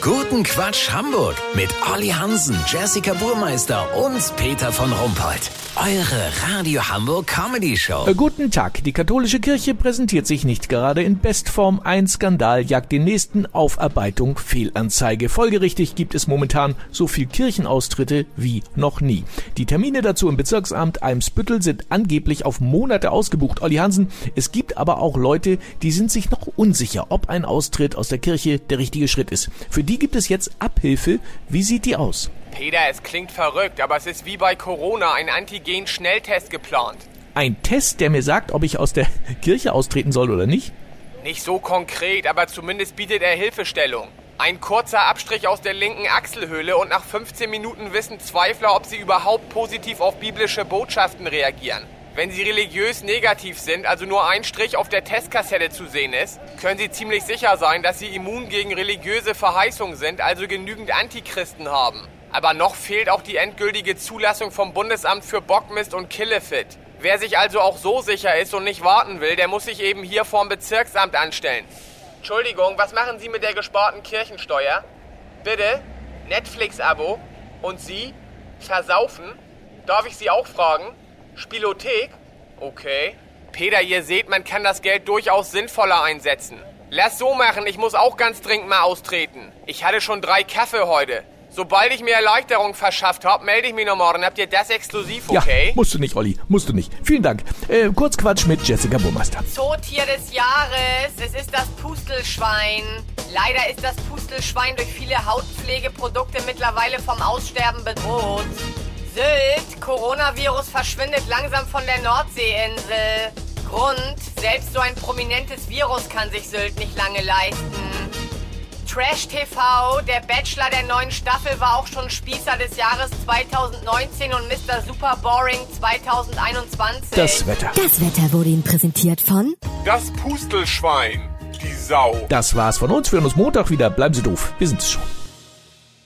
Guten Quatsch Hamburg mit Olli Hansen, Jessica Burmeister und Peter von Rumpold. Eure Radio Hamburg Comedy Show. Guten Tag. Die katholische Kirche präsentiert sich nicht gerade in Bestform. Ein Skandal jagt den nächsten. Aufarbeitung, Fehlanzeige. Folgerichtig gibt es momentan so viel Kirchenaustritte wie noch nie. Die Termine dazu im Bezirksamt Eimsbüttel sind angeblich auf Monate ausgebucht. Olli Hansen, es gibt aber auch Leute, die sind sich noch unsicher, ob ein Austritt aus der Kirche der richtige Schritt ist. Für die gibt es jetzt Abhilfe. Wie sieht die aus? Peter, es klingt verrückt, aber es ist wie bei Corona ein Antigen-Schnelltest geplant. Ein Test, der mir sagt, ob ich aus der Kirche austreten soll oder nicht? Nicht so konkret, aber zumindest bietet er Hilfestellung. Ein kurzer Abstrich aus der linken Achselhöhle und nach 15 Minuten wissen Zweifler, ob sie überhaupt positiv auf biblische Botschaften reagieren. Wenn sie religiös negativ sind, also nur ein Strich auf der Testkassette zu sehen ist, können sie ziemlich sicher sein, dass sie immun gegen religiöse Verheißungen sind, also genügend Antichristen haben. Aber noch fehlt auch die endgültige Zulassung vom Bundesamt für Bockmist und Killefit. Wer sich also auch so sicher ist und nicht warten will, der muss sich eben hier vorm Bezirksamt anstellen. Entschuldigung, was machen Sie mit der gesparten Kirchensteuer? Bitte? Netflix-Abo? Und Sie? Versaufen? Darf ich Sie auch fragen? Spielothek? Okay. Peter, ihr seht, man kann das Geld durchaus sinnvoller einsetzen. Lass so machen, ich muss auch ganz dringend mal austreten. Ich hatte schon 3 Kaffee heute. Sobald ich mir Erleichterung verschafft habe, melde ich mich noch morgen. Habt ihr das exklusiv, okay? Ja, musst du nicht, Olli, musst du nicht. Vielen Dank. Kurzquatsch mit Jessica Burmeister. Zootier des Jahres, es ist das Pustelschwein. Leider ist das Pustelschwein durch viele Hautpflegeprodukte mittlerweile vom Aussterben bedroht. Sylt, Coronavirus verschwindet langsam von der Nordseeinsel. Grund, selbst so ein prominentes Virus kann sich Sylt nicht lange leisten. Trash TV, der Bachelor der neuen Staffel war auch schon Spießer des Jahres 2019 und Mr. Super Boring 2021. Das Wetter. Das Wetter wurde Ihnen präsentiert von Das Pustelschwein, die Sau. Das war's von uns. Wir hören uns Montag wieder. Bleiben Sie doof. Wir sind's schon.